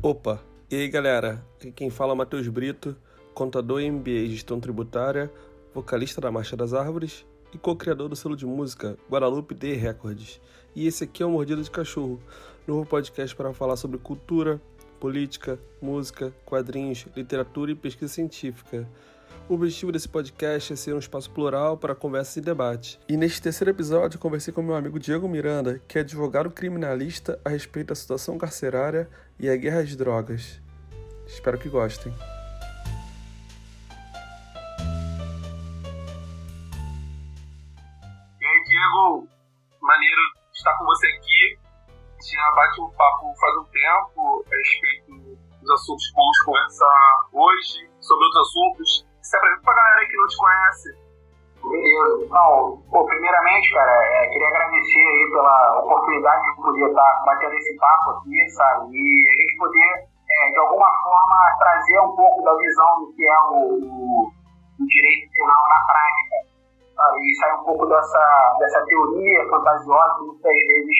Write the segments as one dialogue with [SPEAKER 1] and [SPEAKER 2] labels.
[SPEAKER 1] Opa, e aí galera, aqui quem fala é Matheus Brito, contador em MBA em Gestão Tributária, vocalista da Marcha das Árvores e co-criador do selo de música Guadalupe Day Records. E esse aqui é o Mordida de Cachorro, novo podcast para falar sobre cultura, política, música, quadrinhos, literatura e pesquisa científica. O objetivo desse podcast é ser um espaço plural para conversa e debate. E neste terceiro episódio, conversei com meu amigo Diego Miranda, que é advogado criminalista a respeito da situação carcerária e a guerra às drogas. Espero que gostem.
[SPEAKER 2] E aí, Diego, maneiro estar com você aqui. A gente já bate um papo faz um tempo a respeito dos assuntos que vamos conversar hoje, sobre outros assuntos. Se apresenta pra galera que não te conhece.
[SPEAKER 3] Beleza. Então, primeiramente, cara, queria agradecer aí pela oportunidade de poder estar batendo esse papo aqui, sabe? E a gente poder, de alguma forma, trazer um pouco da visão do que é o direito penal na prática, sabe? E sair um pouco dessa teoria fantasiosa que muitas vezes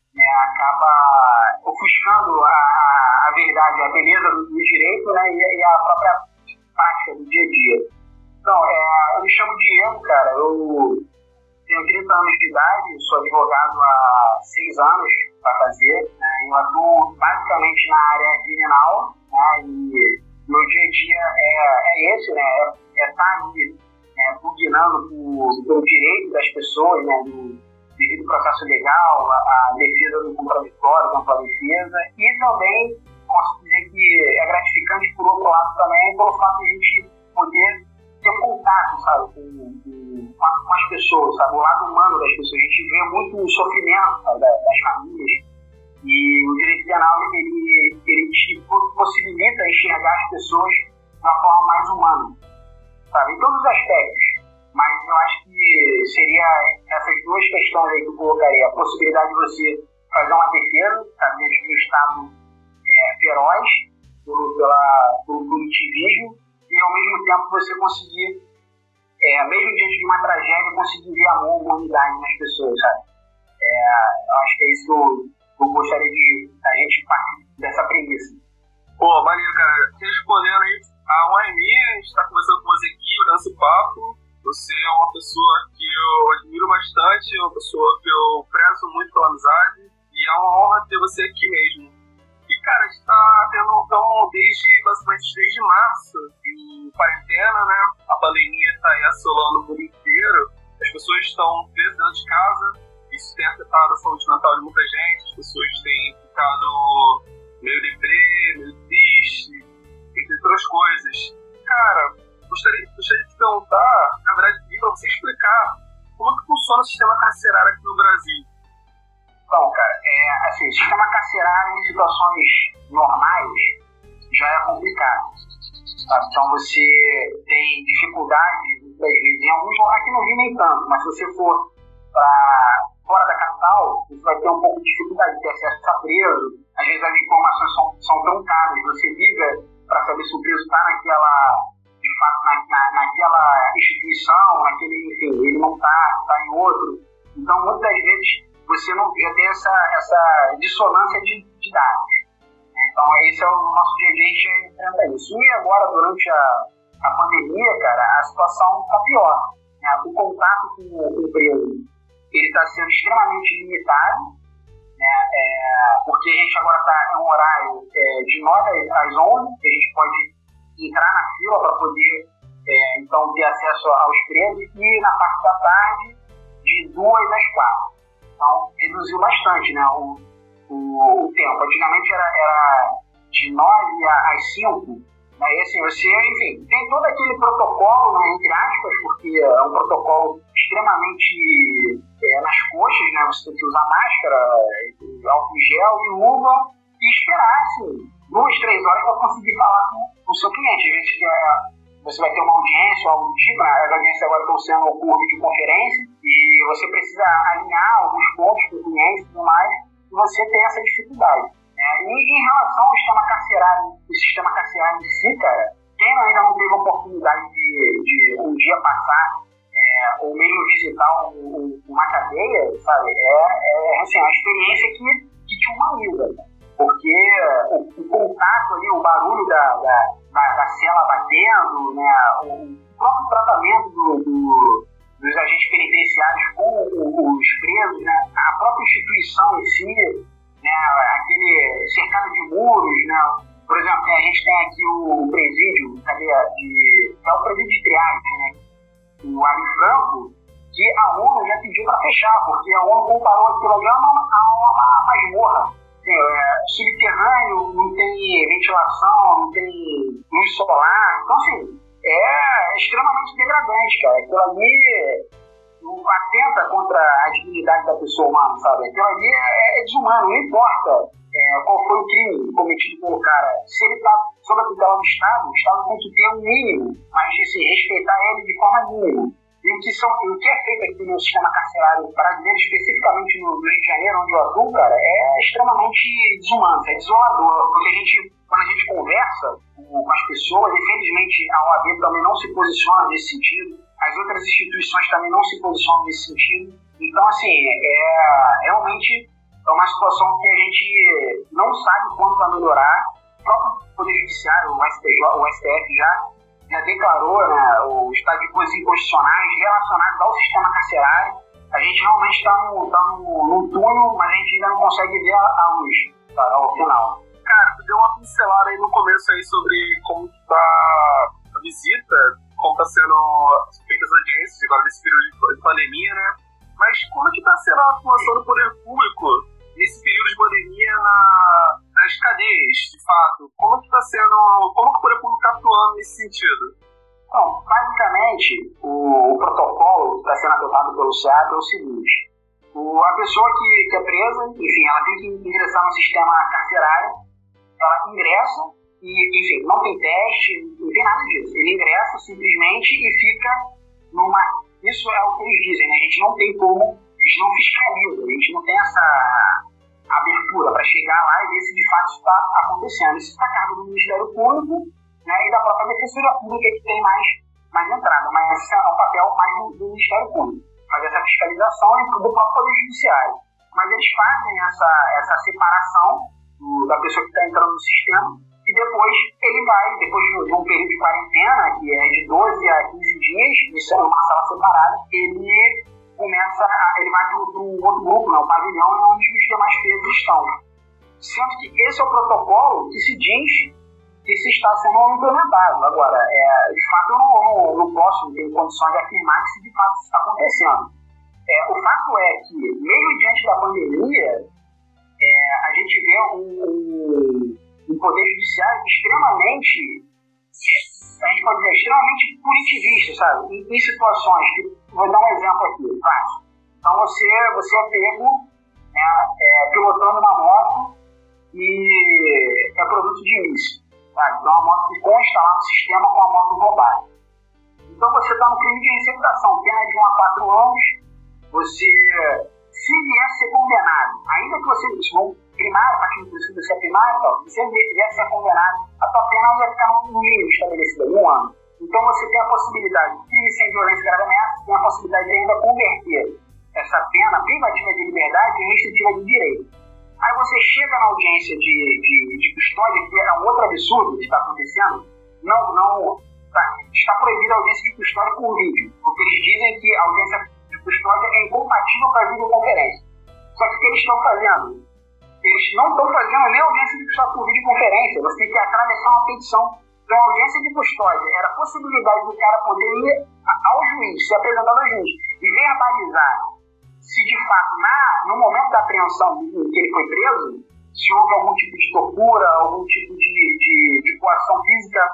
[SPEAKER 3] acaba ofuscando a verdade, a beleza do direito, né? E a própria prática do dia a dia. Então, eu me chamo Diego, cara, eu tenho 30 anos de idade, sou advogado há 6 anos para fazer, né, eu atuo basicamente na área criminal, né, e meu dia a dia é esse, né, é estar ali buguinando pelo direito das pessoas, né, do devido processo legal, a defesa do contraditório, contra a defesa, e também posso dizer que é gratificante por outro lado também, pelo fato de a gente poder ter contato, sabe, com as pessoas, sabe, o lado humano das pessoas. A gente vê muito o sofrimento, sabe, das famílias, e o direito penal ele te possibilita enxergar as pessoas de uma forma mais humana, sabe, em todos os aspectos. Mas eu acho que seria essas duas questões aí que eu colocaria: a possibilidade de você fazer uma defesa, sabe, dentro de um Estado feroz pelo punitivismo, e ao mesmo tempo você conseguir, mesmo diante de uma tragédia, conseguir ver amor e humanidade nas pessoas, sabe? Eu acho que é isso que eu gostaria de a gente partir dessa premissa.
[SPEAKER 2] Pô, maneiro, cara. Respondendo aí a OMI, a gente tá conversando com você aqui, olhando esse papo. Você é uma pessoa que eu admiro bastante, uma pessoa que eu prezo muito pela amizade, e é uma honra ter você aqui mesmo. E, cara, a gente tá tendo, então, desde março, em quarentena, né? A pandemia tá aí assolando o mundo inteiro. As pessoas estão presas dentro de casa. Isso tem afetado a saúde mental de muita gente. As pessoas têm ficado meio deprê, meio triste, entre outras coisas. Cara, gostaria de te perguntar, na verdade, pedir pra você explicar como é que funciona o sistema carcerário aqui no Brasil.
[SPEAKER 3] Então, cara, assim, sistema carcerário em situações normais já é complicado, sabe? Então você tem dificuldade, muitas vezes, em alguns lugares, aqui no Rio nem tanto, mas se você for para fora da capital, você vai ter um pouco de dificuldade de ter acesso a preso. Às vezes as informações são truncadas, você liga para saber se o preso está de fato, naquela instituição, enfim, ele não está em outro. Então, muitas vezes, você não já tem essa dissonância de dados. Então, esse é o nosso dia a dia, a gente enfrenta isso. E agora, durante a pandemia, cara, a situação está pior, né? O contato com o preso, ele está sendo extremamente limitado, né? Porque a gente agora está em um horário de 9 às 11, que a gente pode entrar na fila para poder, então, ter acesso aos presos, e na parte da tarde, de 2 às 4. Então, reduziu bastante, né, o tempo. Antigamente era de 9 às 5, né, e assim, você, enfim, tem todo aquele protocolo, né, entre aspas, porque é um protocolo extremamente nas coxas, né, você tem que usar máscara, álcool gel e luva, e esperar, assim, 2, 3 horas para conseguir falar com o seu cliente. Às vezes você vai ter uma audiência ou algo do tipo, né? As audiências agora estão sendo por videoconferência, e você precisa alinhar alguns pontos com o cliente e tudo mais, e você tem essa dificuldade. E em relação ao sistema carcerário em si, cara, quem ainda não teve a oportunidade de um dia passar ou mesmo visitar uma cadeia, sabe, assim, a experiência que te humaniza. porque o contato ali, o barulho da cela batendo, né, o próprio tratamento dos agentes penitenciários com os presos, né, a própria instituição em si, né, aquele cercado de muros, né, por exemplo, a gente tem aqui o presídio, é o presídio de triagem, né, o Ari Franco, que a ONU já pediu para fechar, porque a ONU comparou aquilo ali a uma masmorra. Subterrâneo, não tem ventilação, não tem luz solar. Então, assim, é extremamente degradante, cara. Aquilo ali atenta contra a dignidade da pessoa humana, sabe? Aquilo ali é desumano, não importa qual foi o crime cometido pelo cara. Se ele está sob a tutela do Estado, o Estado tem que ter um mínimo, mas assim, respeitar ele de forma mínima. E o que é feito aqui no sistema carcerário brasileiro, especificamente no Rio de Janeiro, onde eu atuo, cara, é extremamente desumano, é desolador. Porque quando a gente conversa com as pessoas, infelizmente a OAB também não se posiciona nesse sentido, as outras instituições também não se posicionam nesse sentido. Então, assim, realmente é uma situação que a gente não sabe quando vai melhorar. O próprio Poder Judiciário, o STF já declarou, né, o estado de coisas inconstitucionais relacionados ao sistema carcerário. A gente realmente está num túnel, mas a gente ainda não consegue ver a luz, cara, ao final.
[SPEAKER 2] Cara, tu deu uma pincelada aí no começo aí sobre como está a visita, como está sendo feitas as audiências agora nesse período de pandemia, né? Mas como é que está sendo a atuação do poder público nesse período de pandemia nas cadeias, de fato? Como que o poder público está atuando nesse sentido?
[SPEAKER 3] Bom, basicamente, o protocolo que está sendo adotado pelo SEAP é o seguinte: a pessoa que é presa, enfim, ela tem que ingressar no sistema carcerário, ela ingressa e, enfim, não tem teste, não tem nada disso. Ele ingressa simplesmente e fica isso é o que eles dizem, né? A gente não tem como, a gente não fiscaliza, a gente não tem essa abertura para chegar lá e ver se de fato isso está acontecendo. Isso está a cargo do Ministério Público, né, e da própria Defensoria Pública, que tem mais entrada, mas esse é um papel mais do Ministério Público, fazer essa fiscalização e do próprio Poder Judiciário. Mas eles fazem essa separação da pessoa que está entrando no sistema e depois ele vai, depois de um período de quarentena, que é de 12 a 15 dias, isso é uma sala separada, ele vai para um outro grupo, né, o pavilhão, onde os demais presos estão. Sendo que esse é o protocolo que se diz que se está sendo implementado. Agora, de fato, eu não posso ter condições de afirmar que de fato isso está acontecendo. O fato é que, mesmo diante da pandemia, a gente vê um poder judiciário extremamente, a gente pode dizer, extremamente punitivista, sabe? Em situações que, vou dar um exemplo aqui, fácil. Então você é pego, né, pilotando uma moto e é produto de ilícito. Sabe? Então, uma moto que consta lá no sistema com a moto roubada. Então, você está no crime de receptação, pena de 1 a 4 anos. Você, se vier ser condenado, ainda que você, primário, a partir do princípio você é primário, se você vier ser condenado, a tua pena vai ficar no mínimo estabelecido, 1 ano. Então, você tem a possibilidade, crime sem violência e grave ameaça, tem a possibilidade de ainda converter essa pena privativa de liberdade em restritiva de direito. Aí você chega na audiência de custódia, que é um outro absurdo que está acontecendo, está proibida a audiência de custódia por vídeo, porque eles dizem que a audiência de custódia é incompatível com a videoconferência. Só que o que eles estão fazendo? Eles não estão fazendo nem audiência de custódia por videoconferência, você tem que atravessar uma petição. Então, a audiência de custódia era a possibilidade do cara poder ir ao juiz, se apresentar ao juiz e verbalizar se de fato, no momento da apreensão em que ele foi preso, se houve algum tipo de tortura, algum tipo de coação física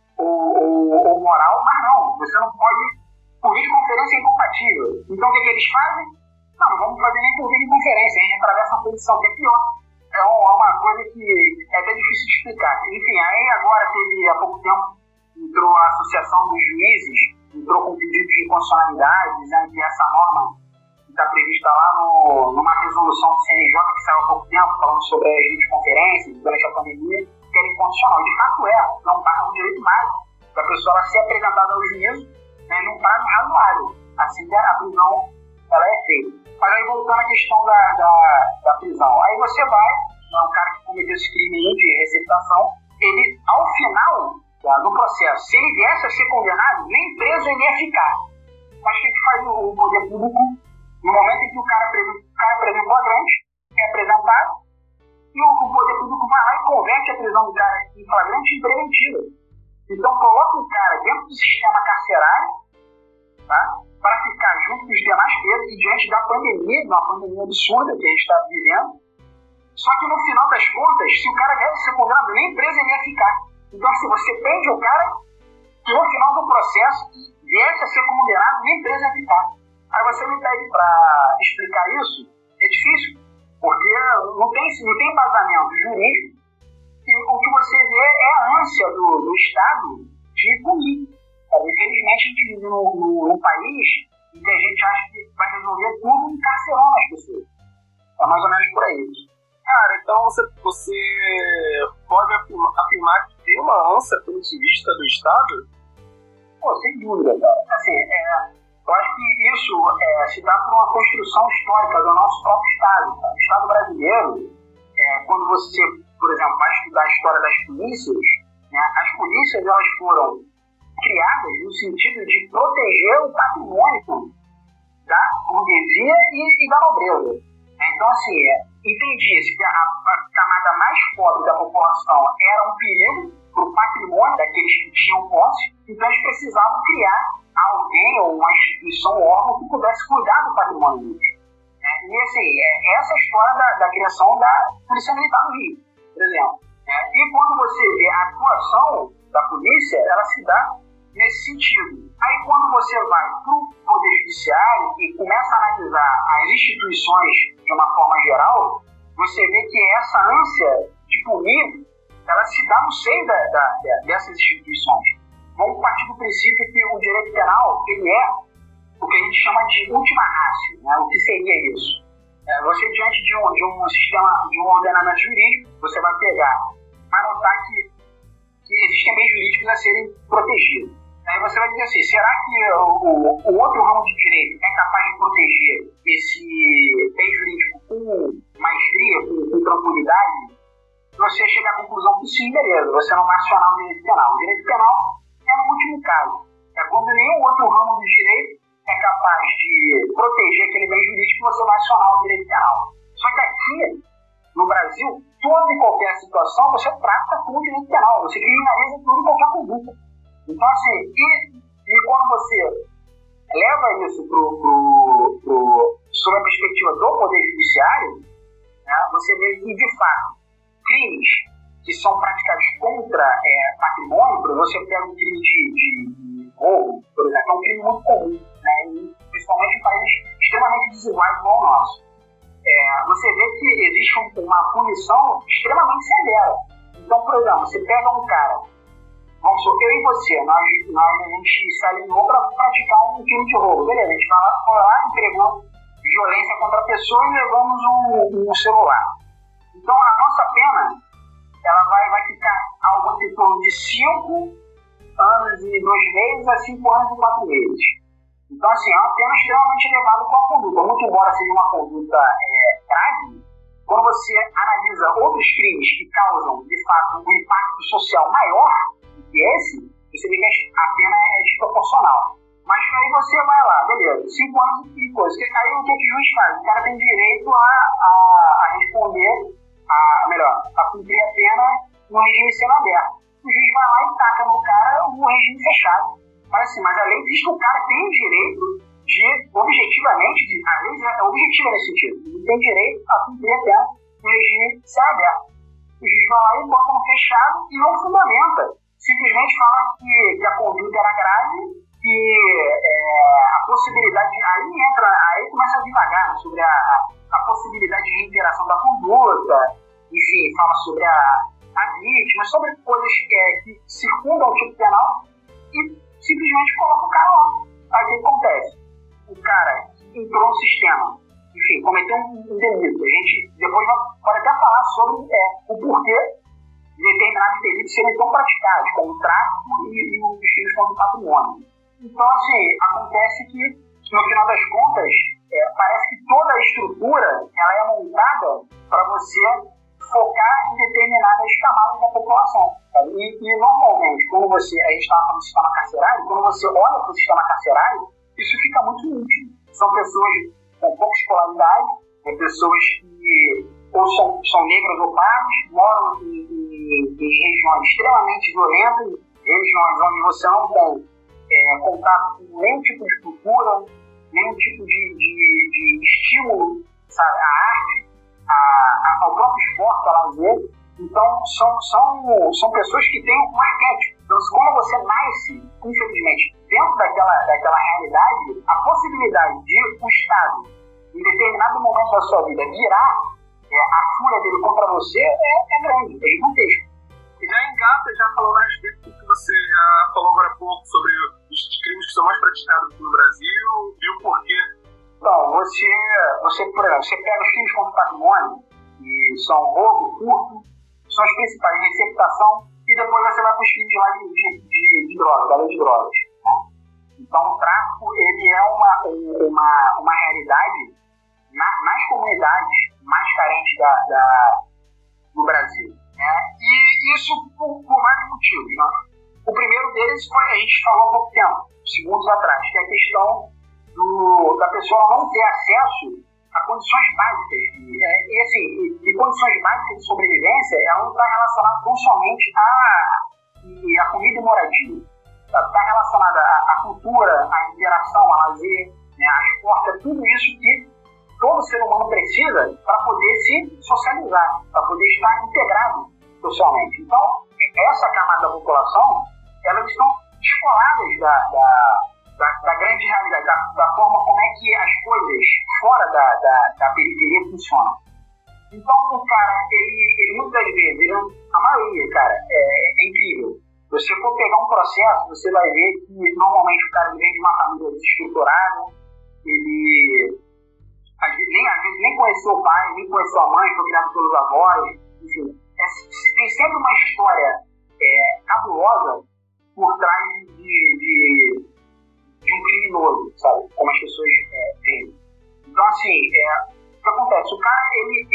[SPEAKER 3] ou moral, mas não, você não pode, por videoconferência é incompatível. Então o que eles fazem? Não vamos fazer nem por videoconferência, a gente atravessa uma posição que é pior. É uma coisa que é até difícil de explicar. Enfim, aí agora teve, há pouco tempo, entrou a Associação dos Juízes, entrou com pedido de inconstitucionalidade, dizendo que essa norma está prevista lá numa resolução do CNJ que saiu há pouco tempo, falando sobre as videoconferências durante a pandemia, que era inconstitucional. De fato é um direito básico da pessoa ser apresentada ao juízo, né, num prazo razoável, assim que a prisão ela é feita. Mas aí voltando à questão da prisão, aí você vai, um cara que cometeu esse crime de receptação, ele, ao final do processo, se ele viesse a ser condenado, nem preso ele ia ficar. Mas o que faz o poder público no momento em que o cara preso em flagrante, é apresentado, e o poder público vai lá e converte a prisão do cara em flagrante em preventiva. Então coloca o cara dentro do sistema carcerário, tá? Para ficar junto com os demais presos e diante da pandemia, uma pandemia absurda que a gente está vivendo. Só que no final das contas, se o cara viesse ser condenado, nem preso ele ia ficar. Então se você prende o cara, que no final do processo viesse a ser condenado, nem preso ia ficar. Aí você me pede para explicar isso, é difícil, porque não tem embasamento jurídico, e o que você vê é a ânsia do Estado de punir. Infelizmente a gente vive num país em que a gente acha que vai resolver tudo encarcerando as pessoas. É mais ou menos por aí.
[SPEAKER 2] Cara, então você pode afirmar que tem uma ânsia punitivista do Estado?
[SPEAKER 3] Pô, sem dúvida, cara. Assim, eu acho que isso se dá por uma construção histórica do nosso próprio Estado. Tá? O Estado brasileiro, quando você, por exemplo, vai estudar a história das polícias, né, as polícias elas foram criadas no sentido de proteger o patrimônio da burguesia e da nobreza. Então, assim, entendia-se que a camada mais pobre da população era um perigo para o patrimônio daqueles que tinham posse, então eles precisavam criar alguém ou uma instituição ou órgão que pudesse cuidar do patrimônio deles. E, assim, essa é a história da criação da Polícia Militar no Rio, por exemplo. E quando você vê a atuação da polícia, ela se dá nesse sentido. Aí quando você vai para o Poder Judiciário e começa a analisar as instituições de uma forma geral, você vê que essa ânsia de punir, ela se dá no seio dessas instituições. Vamos partir do princípio que o direito penal ele é o que a gente chama de última ratio, né? O que seria isso? Você, diante de um sistema, de um ordenamento jurídico, você vai notar que existem bens jurídicos a serem protegidos. Aí você vai dizer assim, será que o outro ramo de direito é capaz de proteger esse bem jurídico com maestria, com tranquilidade? Você chega à conclusão que sim, beleza, você não vai acionar o direito penal. O direito penal é no último caso. É quando nenhum outro ramo do direito é capaz de proteger aquele bem jurídico que você vai acionar o direito penal. Só que aqui, no Brasil, toda e qualquer situação você trata com o direito penal. Você criminaliza tudo e qualquer conduta. Então, assim, e quando você leva isso sob a perspectiva do Poder Judiciário, né, você vê que, de fato, crimes que são praticados contra patrimônio, por exemplo, você pega um crime de roubo, por exemplo, é um crime muito comum, né, e principalmente em países extremamente desiguais como o nosso. Você vê que existe uma punição extremamente severa. Então, por exemplo, você pega um cara, vamos supor, eu e você, a gente se alinhou para praticar um crime de roubo. Beleza, a gente foi lá, entregou violência contra a pessoa e levamos um celular. Então a nossa pena, ela vai ficar algo em torno de 5 anos e 2 meses a 5 anos e 4 meses. Então, assim, é uma pena extremamente elevada com a conduta. Muito embora seja uma conduta grave, quando você analisa outros crimes que causam, de fato, um impacto social maior que esse, você vê que a pena é desproporcional. Mas aí você vai lá, beleza, 5 anos e coisa. Aí o que o juiz faz? O cara tem direito a responder, a cumprir a pena no regime semiaberto. O juiz vai lá e taca no cara um regime fechado. Mas assim, a lei diz que o cara tem direito de, objetivamente, a lei é objetiva nesse sentido, ele tem direito a cumprir a pena no regime semiaberto. O juiz vai lá e bota no fechado e não fundamenta. Simplesmente fala que a conduta era grave, que a possibilidade, aí começa a divagar sobre a possibilidade de reiteração da conduta, enfim, fala sobre a vítima, sobre coisas que circundam o tipo penal e simplesmente coloca o cara lá. Aí o que acontece? O cara entrou no sistema, enfim, cometeu um delito. A gente depois pode até falar sobre o porquê de determinados delitos serem tão praticados, como o tráfico e os crimes contra o patrimônio. Então, assim, acontece que, no final das contas, parece que toda a estrutura ela é montada para você focar em determinadas camadas da população. Sabe? E normalmente, quando a gente está falando do sistema carcerário, quando você olha para o sistema carcerário, isso fica muito nítido. São pessoas com pouca escolaridade, pessoas que ou são negras ou pardas, moram em regiões extremamente violentas, regiões onde você não tem contato com nenhum tipo de cultura, nenhum tipo de estímulo, sabe, à arte, ao próprio esporte, ao lazer. Então, são pessoas que têm um arquétipo. Então, quando você nasce, infelizmente, dentro daquela realidade, a possibilidade de o Estado, em determinado momento da sua vida, virar a fúria dele contra você é grande, é gigantesco.
[SPEAKER 2] Já engata, já falando a respeito do que você já falou agora há pouco sobre os crimes que são mais praticados aqui no Brasil e o porquê.
[SPEAKER 3] Então, você, por exemplo, você pega os crimes contra o patrimônio, que são roubo, furto, são os principais, receptação, e depois você vai para os crimes lá de drogas, da lei de drogas. Né? Então, o tráfico, ele é uma realidade nas comunidades mais carentes do Brasil. Né? E isso por vários motivos. Né? O primeiro deles foi, a gente falou há pouco tempo, segundos atrás, que é a questão da pessoa não ter acesso a condições básicas. E condições básicas de sobrevivência, ela não está relacionada tão somente à comida e moradia. Está relacionada à cultura, à interação, a lazer, né, a esporte, é tudo isso que todo ser humano precisa para poder se socializar, para poder estar integrado socialmente. Então, essa camada da população, elas estão descoladas da grande realidade, da forma como é que as coisas fora da periferia funcionam. Então, o cara, ele muitas vezes, a maioria, cara, é incrível. Se você for pegar um processo, você vai ver que normalmente o cara vem de uma família desestruturada, ele às vezes nem conheceu o pai, nem conheceu a mãe, foi criado pelos avós, enfim. Tem sempre uma história cabulosa por trás de um criminoso, sabe? Como as pessoas veem. Então, assim, o que acontece? O cara,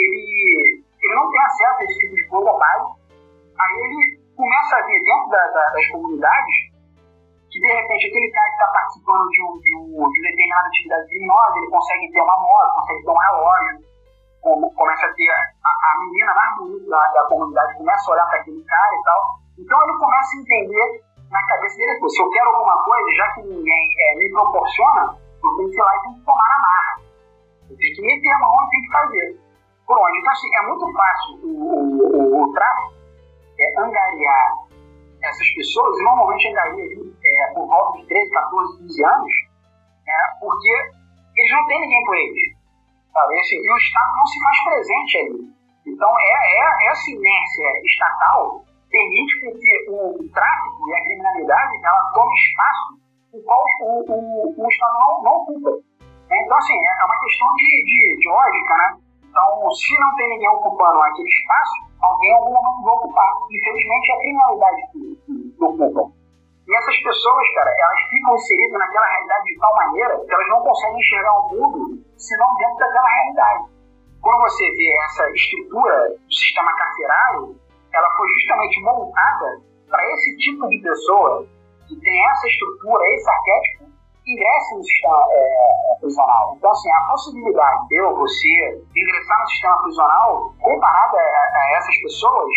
[SPEAKER 3] ele não tem acesso a esse tipo de coisa básica, aí ele começa a ver dentro das comunidades que, de repente, aquele cara que está participando de determinada atividade criminosa, ele consegue ter uma moto, consegue ter um relógio, começa a ter a menina mais bonita da comunidade, começa a olhar para aquele cara e tal. Então, ele começa a entender na cabeça dele, pô, se eu quero alguma coisa, já que ninguém me proporciona, eu tenho que ir lá e tenho que tomar na marra. Eu tenho que meter a mão e tenho que fazer. Por onde? Então, assim, é muito fácil o tráfico angariar essas pessoas, e normalmente angaria por volta de 13, 14, 15 anos, porque eles não têm ninguém por eles. Sabe? E, assim, e o Estado não se faz presente ali. Então, essa inércia estatal permite que o tráfico e a criminalidade ela tome espaço no qual o Estado não ocupa. Então, assim, é uma questão de lógica, né? Então, se não tem ninguém ocupando aquele espaço, alguém em algum momento vai ocupar. Infelizmente, é a criminalidade que ocupa. E essas pessoas, cara, elas ficam inseridas naquela realidade de tal maneira que elas não conseguem enxergar o mundo senão dentro daquela realidade. Quando você vê essa estrutura do sistema carcerário, ela foi justamente montada para esse tipo de pessoa que tem essa estrutura, esse arquétipo, ingresse no sistema prisional. Então, assim, a possibilidade de você ingressar no sistema prisional, comparada a essas pessoas,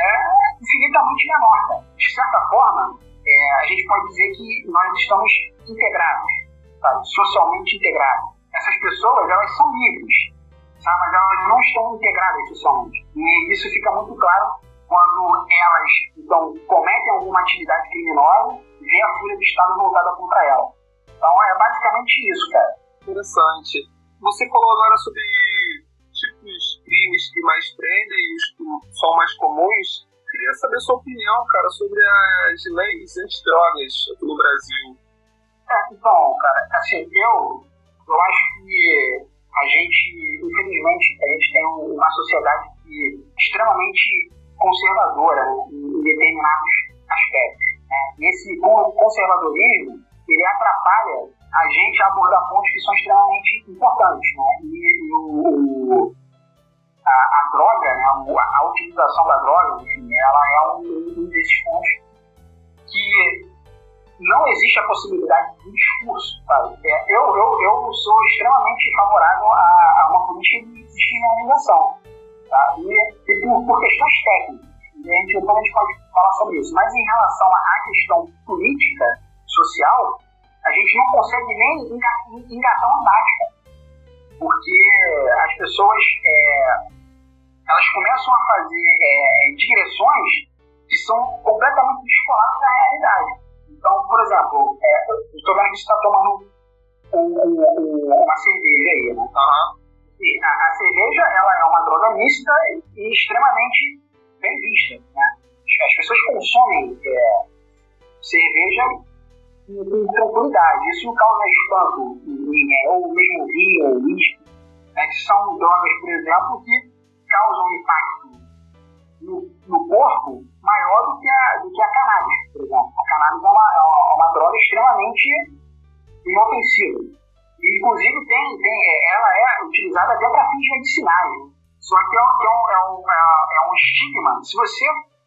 [SPEAKER 3] é infinitamente menor. Tá? De certa forma, a gente pode dizer que nós estamos integrados, sabe? Socialmente integrados. Essas pessoas, elas são livres, sabe? Mas elas não estão integradas socialmente. E isso fica muito claro quando elas, então, cometem alguma atividade criminosa e vê a fúria do Estado voltada contra ela. Então, é basicamente isso, cara.
[SPEAKER 2] Interessante. Você falou agora sobre tipos de crimes que mais prendem e os que são mais comuns. Queria saber sua opinião, cara, sobre as leis antidrogas aqui no Brasil.
[SPEAKER 3] Então, cara, assim, eu acho que a gente, infelizmente, a gente tem uma sociedade extremamente conservadora, né, em determinados aspectos. Né? E esse conservadorismo, ele atrapalha a gente aborda pontos que são extremamente importantes, né? E a droga, né? A utilização da droga, enfim, ela é um desses pontos que não existe a possibilidade de discurso, sabe? Eu sou extremamente favorável a uma política de descriminalização, tá? E por questões técnicas, a gente pode falar sobre isso, mas em relação à questão política, social, a gente não consegue nem engatar uma prática, porque as pessoas elas começam a fazer digressões que são completamente descoladas da realidade. Então, por exemplo, estou vendo que você está tomando uma cerveja aí, né?
[SPEAKER 2] Uhum.
[SPEAKER 3] E a cerveja, ela é uma droga mista e extremamente bem vista, né? As pessoas consomem cerveja com tranquilidade. Isso não causa espanto em ninguém, ou mesmo vinho, ou uísque, né? Que são drogas, por exemplo, que causam um impacto no corpo maior do que a cannabis, por exemplo. A cannabis é uma droga extremamente inofensiva. E, inclusive, ela é utilizada até para fins medicinais. Né? Só que é um estigma. Se você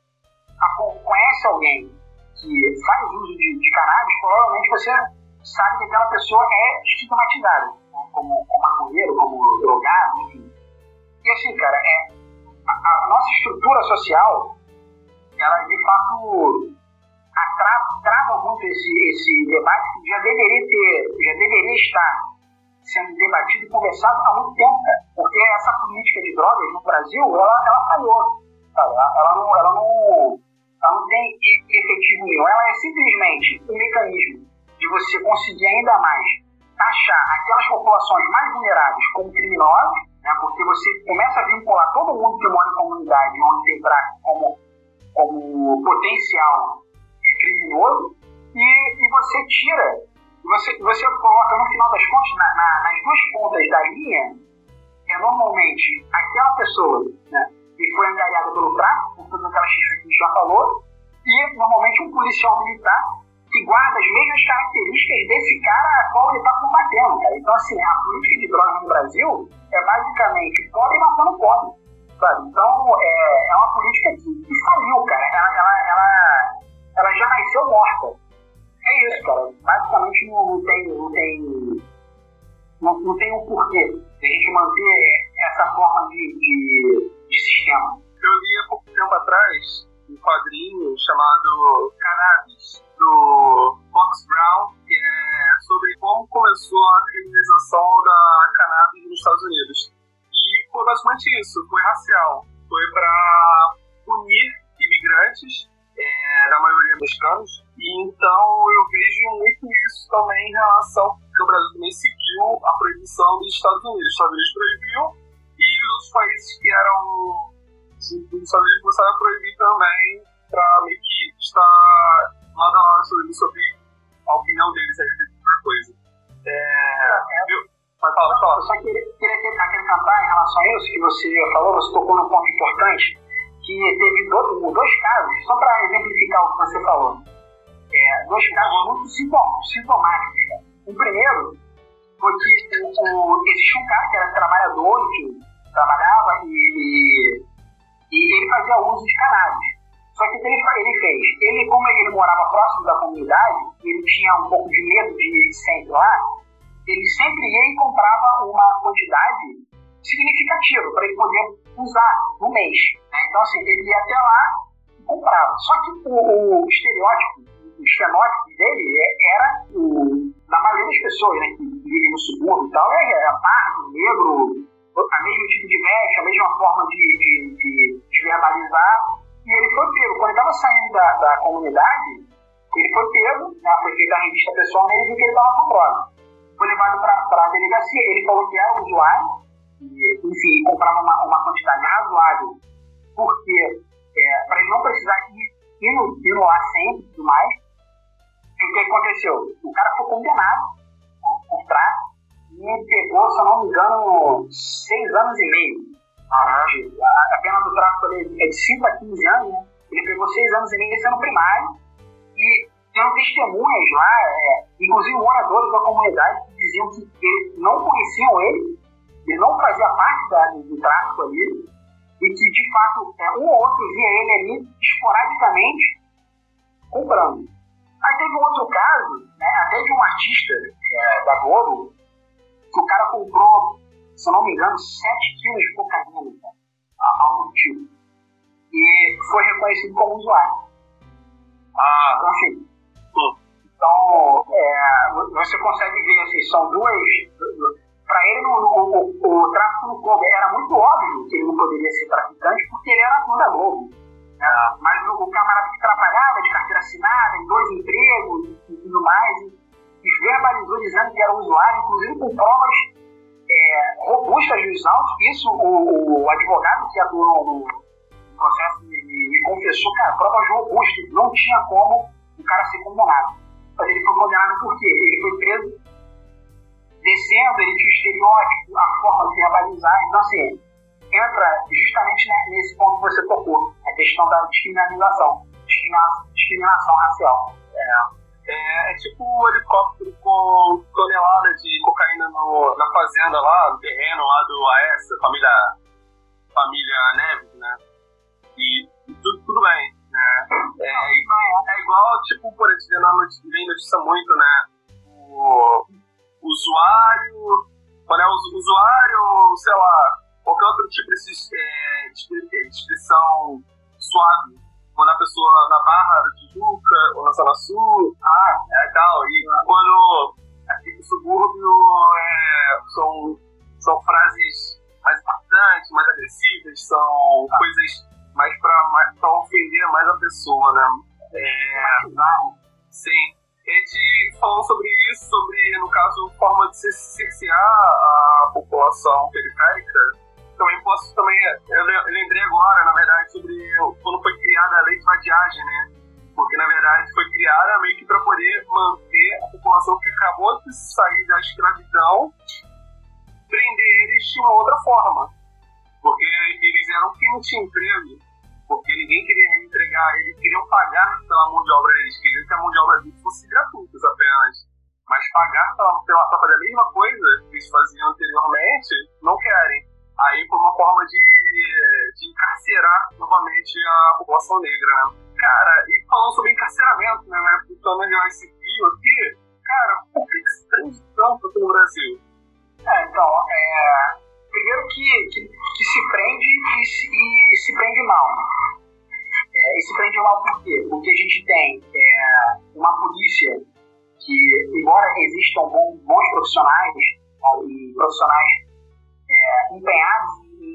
[SPEAKER 3] conhece alguém que faz uso de cannabis, provavelmente você sabe que aquela pessoa é estigmatizada, né? como maconheiro, como drogado, enfim. E assim, cara, a nossa estrutura social, ela de fato trava muito esse debate que já deveria estar sendo debatido e conversado há muito tempo, cara. Porque essa política de drogas no Brasil, ela falhou, sabe? Ela não tem efetivo nenhum. Ela é simplesmente um mecanismo de você conseguir ainda mais taxar aquelas populações mais vulneráveis como criminosas, né? Porque você começa a vincular todo mundo que mora em comunidade onde tem tráfico como potencial criminoso e você tira, você coloca no final das contas, nas duas pontas da linha, normalmente aquela pessoa, né, que foi angariada pelo tráfico, por todas aquelas cifras que a gente já falou, e normalmente um policial militar que guarda as mesmas características desse cara a qual ele está combatendo, cara. Então, assim, a política de drogas no Brasil é basicamente pobre matando pobre, sabe? Então, é uma política que faliu, cara. Ela já nasceu morta. É isso, cara. Basicamente não tem um porquê de a gente manter essa forma de sistema.
[SPEAKER 2] Eu li há pouco tempo atrás um quadrinho chamado Cannabis, do Fox Brown, que é sobre como começou a criminalização da cannabis nos Estados Unidos. E foi basicamente isso, foi racial. Foi para punir imigrantes, da maioria mexicanos. E então eu vejo muito isso também em relação que o Brasil também seguiu a proibição dos Estados Unidos. Os Estados Unidos proibiu e os outros países que eram os Estados Unidos começaram a proibir também, para meio que estar lado a lado sobre a opinião deles a respeito de outra coisa. Vai falar.
[SPEAKER 3] Eu só queria acrescentar em relação a isso que você falou, você tocou num ponto importante, que teve dois casos, só para exemplificar o que você falou. Dois casos muito sintomáticos. Cara. O primeiro foi que existia um cara que era trabalhador, que trabalhava e ele fazia uso de cannabis. Só que o que ele fez? Como ele morava próximo da comunidade, ele tinha um pouco de medo de sempre lá, ele sempre ia e comprava uma quantidade significativa para ele poder usar no mês. Né? Então, assim, ele ia até lá e comprava. Só que o estereótipo, os fenótipos dele era da maioria das pessoas, né, que vivem no subúrbio e tal, é pardo, negro, a mesmo tipo de veste, a mesma forma de verbalizar. E ele foi pego. Quando ele estava saindo da comunidade, ele foi pego, né, foi feita a revista pessoal nele e viu que ele estava com droga. Foi levado para a delegacia, ele falou que era usuário, e, enfim, comprava uma quantidade razoável, porque para ele não precisar ir lá sempre e tudo mais. E o que aconteceu? O cara foi condenado por tráfico e pegou, se eu não me engano, 6 anos e meio. A pena do tráfico é de 5 a 15 anos, né? Ele pegou 6 anos e meio sendo primário e tinham testemunhas lá, inclusive moradores da comunidade, que diziam que eles não conheciam ele não fazia parte do tráfico ali, e que, de fato, um ou outro via ele ali esporadicamente comprando. Aí teve um outro caso, né, até de um artista da Globo, que o cara comprou, se eu não me engano, 7 quilos de cocaína, algo do tipo, e foi reconhecido como usuário. Então, assim, você consegue ver, assim, são duas... Para ele, o tráfico no Globo era muito óbvio que ele não poderia ser traficante porque ele era ator da Globo. Né? Mas o camarada que trabalhava de carteira assinada, em 2 empregos e tudo mais, e verbalizou dizendo que era usuário, inclusive com provas robustas dos autos. Isso, o advogado que atuou no processo me confessou, cara, provas robustas, não tinha como o cara ser condenado. Mas ele foi condenado por quê? Ele foi preso descendo, ele tinha o estereótipo, a forma de verbalizar. Então, assim, entra justamente nesse ponto que você tocou, a questão da discriminação racial.
[SPEAKER 2] É tipo um helicóptero com tonelada de cocaína na fazenda lá, no terreno lá do AES, família Neves, né? E tudo bem, né? É igual, tipo, por exemplo, vem notícia muito, né? O usuário, quando é usuário, sei lá, qualquer outro tipo de descrição suave, quando a pessoa na Barra da Tijuca ou na Zona Sul, tal, e quando aqui no subúrbio são frases mais impactantes, mais agressivas, são coisas mais pra ofender mais a pessoa, né? Sim. A gente falou sobre isso, no caso, forma de cercear a população periférica. Eu lembrei agora, na verdade, sobre quando foi criada a lei de vadiagem, né? Porque, na verdade, foi criada meio que para poder manter a população que acabou de sair da escravidão, prender eles de uma outra forma. Porque eles eram quem não tinha emprego. Porque ninguém queria entregar, eles queriam pagar pela mão de obra deles, queriam que a mão de obra deles fosse gratuita apenas. Mas pagar para fazer a mesma coisa que eles faziam anteriormente, não querem. Aí foi uma forma de encarcerar novamente a população negra, né? Cara, e falando sobre encarceramento, né? Tentando jogar esse fio aqui, cara, por que se prende tanto aqui no Brasil?
[SPEAKER 3] Primeiro que se prende e se prende mal. E se prende mal por quê? Porque a gente tem uma polícia que, embora existam bons profissionais, e profissionais empenhados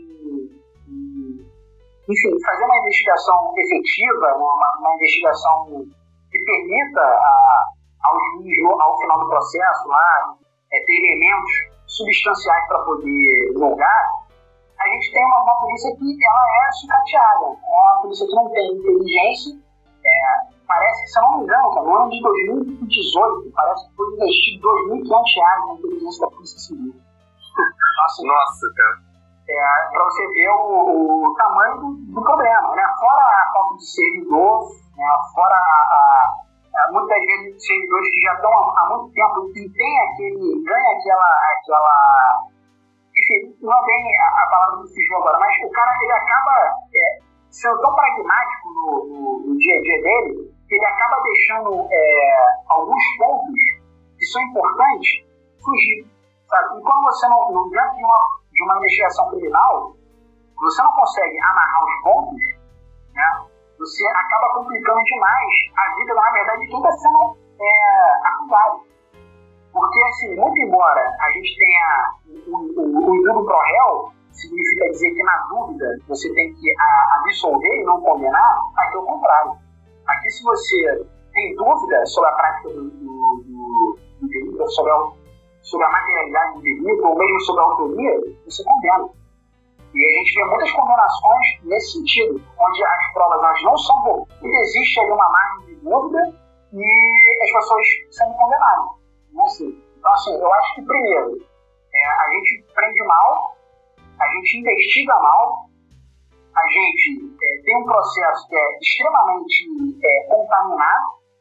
[SPEAKER 3] em fazer uma investigação efetiva, uma investigação que permita ao juiz, ao final do processo, lá, ter elementos substanciais para poder julgar, a gente tem uma polícia que ela é sucateada, é uma polícia que não tem inteligência. Parece que, se eu não me engano, no ano de 2018, parece que foi investido R$2.500 na inteligência da Polícia Civil.
[SPEAKER 2] Nossa, cara.
[SPEAKER 3] Para você ver o tamanho do problema, né? Fora a falta de servidor, né? Fora muitas vezes servidores que já estão há muito tempo e ganha aquela enfim, não é bem a palavra do fugiu agora, mas o cara ele acaba sendo tão pragmático no dia a dia dele que ele acaba deixando alguns pontos que são importantes fugir, sabe? E quando você não dentro de uma investigação criminal, você não consegue amarrar os pontos, né? Você acaba complicando demais a vida, na verdade, de quem está sendo acusado. Porque, assim, muito embora a gente tenha o indúbio pro réu, significa dizer que, na dúvida, você tem que absolver e não condenar, aqui é o contrário. Aqui, se você tem dúvida sobre a prática do delito, sobre a materialidade do delito, ou mesmo sobre a autoria, você condena. E a gente vê muitas condenações nesse sentido, onde as provas elas não são boas. E existe ali uma margem de dúvida e as pessoas sendo condenadas. Não é assim. Então, assim, eu acho que, primeiro, a gente prende mal, a gente investiga mal, a gente tem um processo que é extremamente contaminado,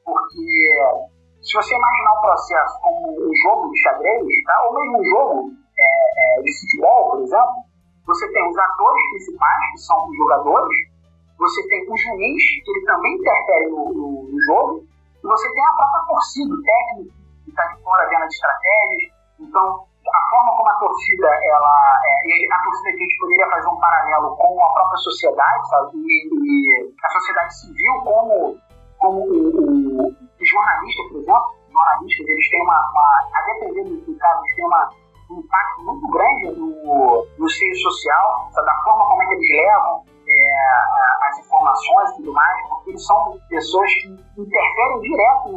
[SPEAKER 3] Porque se você imaginar o processo como um jogo de xadrez, tá? Ou mesmo um jogo de futebol, por exemplo, você tem os atores principais, que são os jogadores, você tem o juiz, que ele também interfere no jogo, e você tem a própria torcida, o técnico, que está de fora vendo as estratégias. Então, a forma como a torcida, a torcida que a gente poderia fazer um paralelo com a própria sociedade, sabe? E a sociedade civil, como os jornalistas, por exemplo, os jornalistas, eles têm a depender do caso, eles têm um impacto muito grande no seio social, sabe? Da forma como é que eles levam as informações e tudo mais, porque eles são pessoas que interferem direto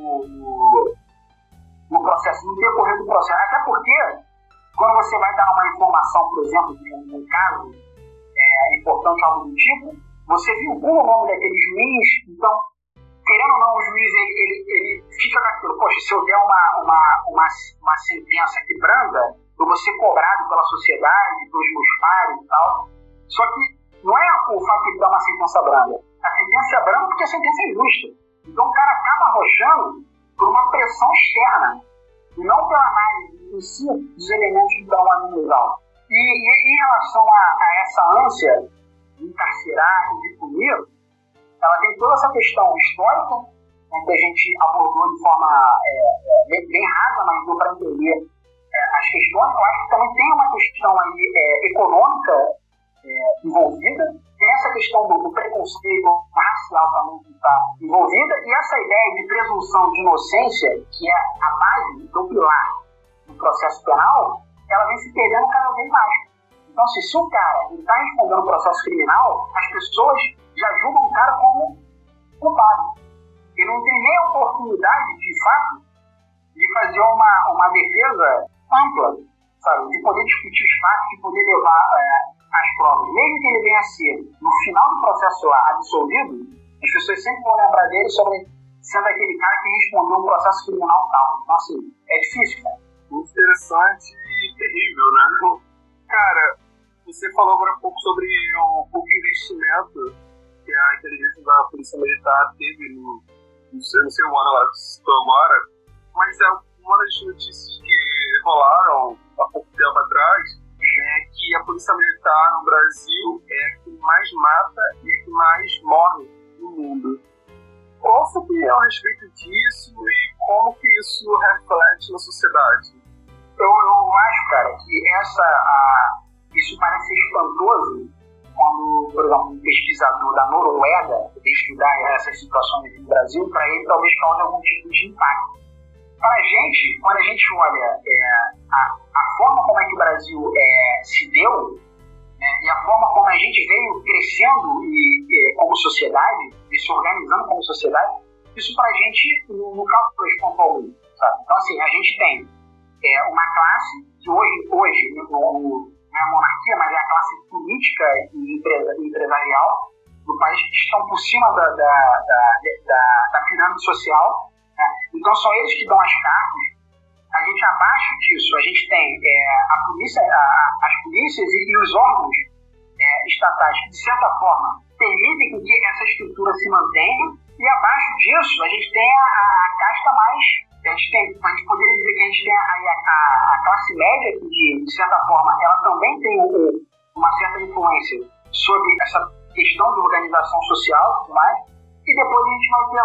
[SPEAKER 3] no processo, no decorrer do processo. Até porque, quando você vai dar uma informação, por exemplo, de um caso importante, algo do tipo, você vincula o nome daquele juiz. Então, querendo ou não, o juiz ele fica naquilo: poxa, se eu der uma sentença que branda, eu vou ser cobrado pela sociedade, pelos meus pares e tal. Só que não é o fato de ele dar uma sentença branda. A sentença é branda porque a sentença é justa. Então o cara acaba arrochando por uma pressão externa, e não pela análise em si dos elementos que estão ali no legal. E em relação a essa ânsia de encarcerar e de punir, ela tem toda essa questão histórica, né, que a gente abordou de forma bem rasa, mas deu para entender as questões. Eu acho que também tem uma questão aí econômica envolvida, tem essa questão do preconceito racial também que está envolvida, e essa ideia de presunção de inocência, que é a base do pilar do processo penal, ela vem se perdendo cada vez mais. Então, se o cara está respondendo o processo criminal, as pessoas já julgam o cara como culpado. Ele não tem nem a oportunidade, de fato, de fazer uma defesa ampla, sabe? De poder discutir os fatos, de poder levar as provas. Mesmo que ele venha a ser, no final do processo lá, absolvido, as pessoas sempre vão lembrar dele sobre sendo aquele cara que respondeu um processo criminal tal. Então, assim, é difícil, cara.
[SPEAKER 2] Muito interessante e terrível, né? Cara, você falou agora há pouco sobre o investimento que a inteligência da Polícia Militar teve no não sei o ano lá que citou agora, mas é uma das notícias que rolaram há pouco tempo atrás, é que a Polícia Militar no Brasil é a que mais mata e a que mais morre no mundo. Qual a sua opinião a respeito disso e como que isso reflete na sociedade?
[SPEAKER 3] Eu acho, cara, que isso parece ser espantoso quando, por exemplo, um pesquisador da Noruega estudar essas situações no Brasil, para ele talvez cause algum tipo de impacto. Para a gente, quando a gente olha a forma como é que o Brasil se deu, né, e a forma como a gente veio crescendo como sociedade, e se organizando como sociedade, isso para a gente no caso 2.1, sabe? Então, assim, a gente tem uma classe que hoje não é a monarquia, mas é a classe política e empresarial do país, que estão por cima da pirâmide social, né? Então são eles que dão as cartas. A gente, abaixo disso, a gente tem a polícia, as polícias e os órgãos estatais que, de certa forma, permitem que essa estrutura se mantenha, e abaixo disso a gente tem a casta mais. A gente poderia dizer que a gente tem a classe média, que, de certa forma, ela também tem uma certa influência sobre essa questão de organização social e tudo mais, e depois a gente vai ter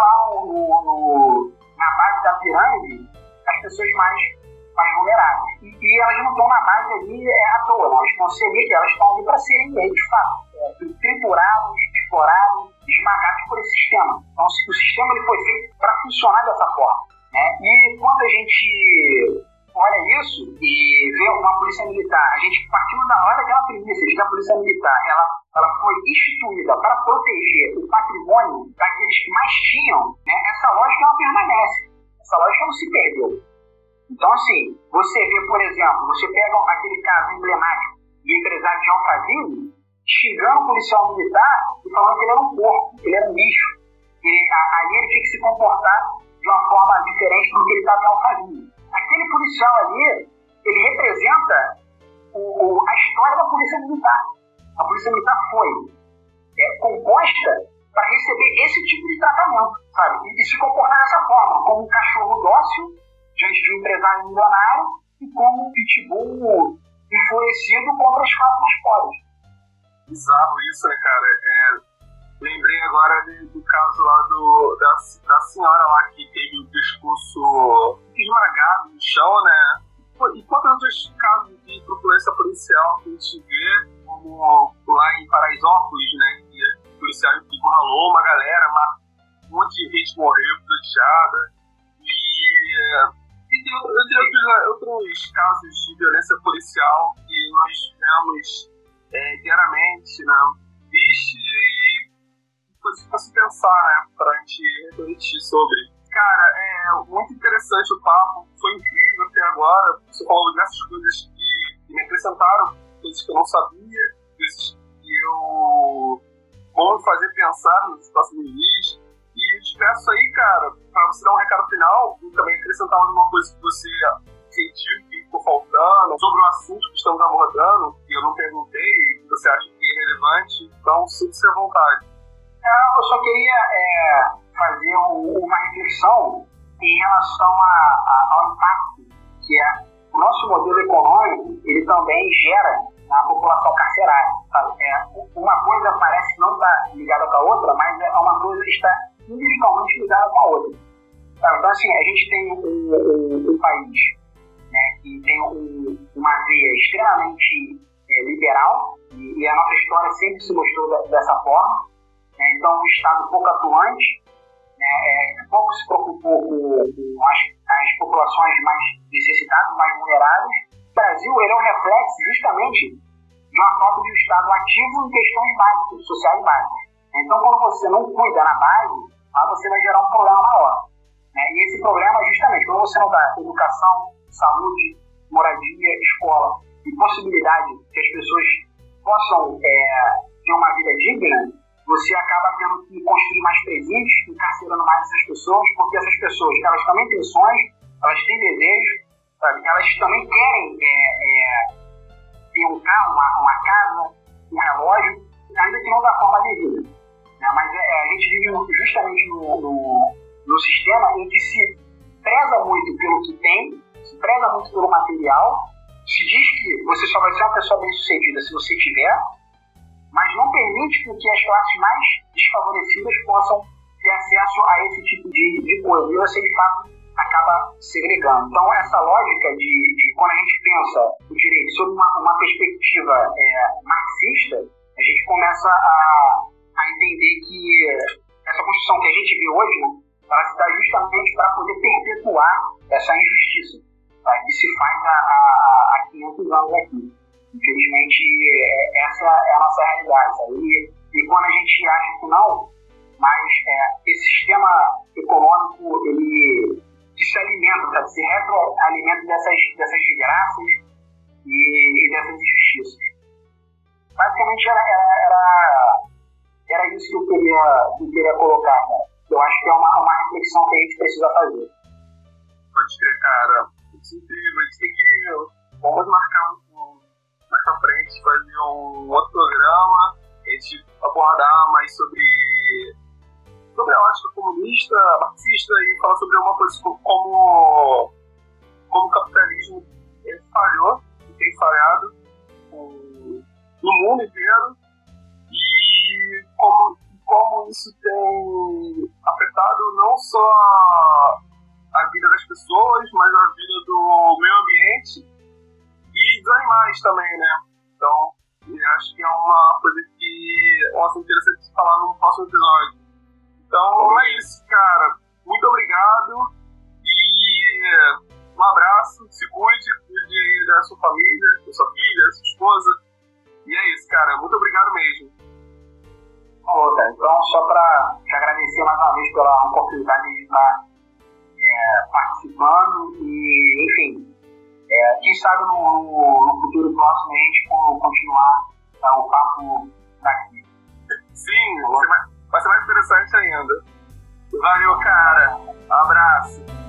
[SPEAKER 3] lá na base da pirâmide as pessoas mais vulneráveis. E elas não estão na base ali à toa, né? Elas estão ali para serem, de fato, trituradas, exploradas, esmagadas por esse sistema. Então, o sistema ele foi feito para funcionar dessa forma, né? E quando a gente olha isso e vê uma polícia militar, a gente partindo da hora daquela premissa de que a polícia militar ela foi instituída para proteger o patrimônio daqueles que mais tinham, né? Essa lógica ela permanece, essa lógica não se perdeu. Então, assim, você vê, por exemplo, você pega aquele caso emblemático do empresário de Alphaville xingando o policial militar e falando que ele era um porco, que ele era um bicho, que ali ele tinha que se comportar de uma forma diferente do que ele estava em Alphaville. Aquele policial ali, ele representa a história da polícia militar. A polícia militar foi composta para receber esse tipo de tratamento, sabe? E se comportar dessa forma, como um cachorro dócil diante de um empresário milionário e como um pitbull enfurecido contra as fábulas pobres.
[SPEAKER 2] Bizarro isso, né, cara? Lembrei agora do caso lá da senhora lá que teve o pescoço esmagado no chão, né? E quantos outros casos de truculência policial que a gente vê, como lá em Paraisópolis, né? Que o policial encurralou uma galera, um monte de gente morreu, pisoteada. E tem outros casos de violência policial que nós vemos diariamente, né? Vixe, e coisa pra se pensar, né? Pra gente refletir sobre. Cara, muito interessante o papo, foi incrível até agora. Você falou diversas coisas que me acrescentaram, coisas que eu não sabia, coisas que vão me fazer pensar nos próximos dias. E eu te peço aí, cara, pra você dar um recado final e também acrescentar alguma coisa que você sentiu que ficou faltando sobre o assunto que estamos abordando, que eu não perguntei e que você acha que é relevante. Então, sinta-se à vontade.
[SPEAKER 3] Eu só queria fazer uma reflexão em relação ao impacto que o nosso modelo econômico ele também gera na população carcerária. Sabe? Uma coisa parece não estar ligada com a outra, mas uma coisa está umbilicalmente ligada com a outra. Sabe? Então, assim, a gente tem um país, né, que tem uma veia extremamente liberal e a nossa história sempre se mostrou dessa forma. Então, um Estado pouco atuante, né, pouco se preocupou com as populações mais necessitadas, mais vulneráveis. O Brasil ele é um reflexo justamente de uma falta de um Estado ativo em questões básicas, sociais básicas. Então, quando você não cuida na base, lá você vai gerar um problema maior. Né? E esse problema é justamente quando você não dá educação, saúde, moradia, escola e possibilidade que as pessoas possam ter uma vida digna, você acaba tendo que construir mais presídios, encarcerando mais essas pessoas, porque essas pessoas, elas também têm sonhos, elas têm desejos, sabe? Elas também querem ter um carro, uma casa, um relógio, ainda que não da forma devida. Né? Mas a gente vive justamente no sistema em que se preza muito pelo que tem, se preza muito pelo material, se diz que você só vai ser uma pessoa bem-sucedida se você tiver, mas não permite que as classes mais desfavorecidas possam ter acesso a esse tipo de coisa. E você, de fato, acaba segregando. Então, essa lógica de quando a gente pensa o direito sob uma perspectiva marxista, a gente começa a entender que essa construção que a gente vê hoje, né, ela se dá justamente para poder perpetuar essa injustiça, tá, que se faz há 500 anos aqui. Infelizmente, essa é a nossa realidade. Sabe? E quando a gente acha que não, mas esse sistema econômico, ele se alimenta, sabe? Se retroalimenta dessas desgraças e dessas injustiças. Basicamente, era isso que eu queria colocar, cara. Eu acho que é uma reflexão que a gente precisa fazer.
[SPEAKER 2] Pode crer, cara. Isso é incrível. A gente tem que... Vamos marcar mais pra frente, fazer um outro programa, a gente abordar mais sobre a ótica comunista, marxista e falar sobre alguma coisa como o capitalismo falhou e tem falhado no mundo inteiro e como isso tem afetado não só a vida das pessoas, mas a vida do meio ambiente e dos animais também, né? Então, eu acho que é uma coisa que é interessante de falar no próximo episódio. Então, é isso, cara. Muito obrigado e um abraço. Se cuide aí da sua família, da sua filha, da sua esposa. E é isso, cara. Muito obrigado mesmo.
[SPEAKER 3] Bom, cara, então, só para te agradecer mais uma vez pela oportunidade de estar participando e, enfim, quem sabe no futuro próximo a gente continuar o papo daqui.
[SPEAKER 2] Sim, vai ser mais interessante ainda. Valeu, cara. Um abraço.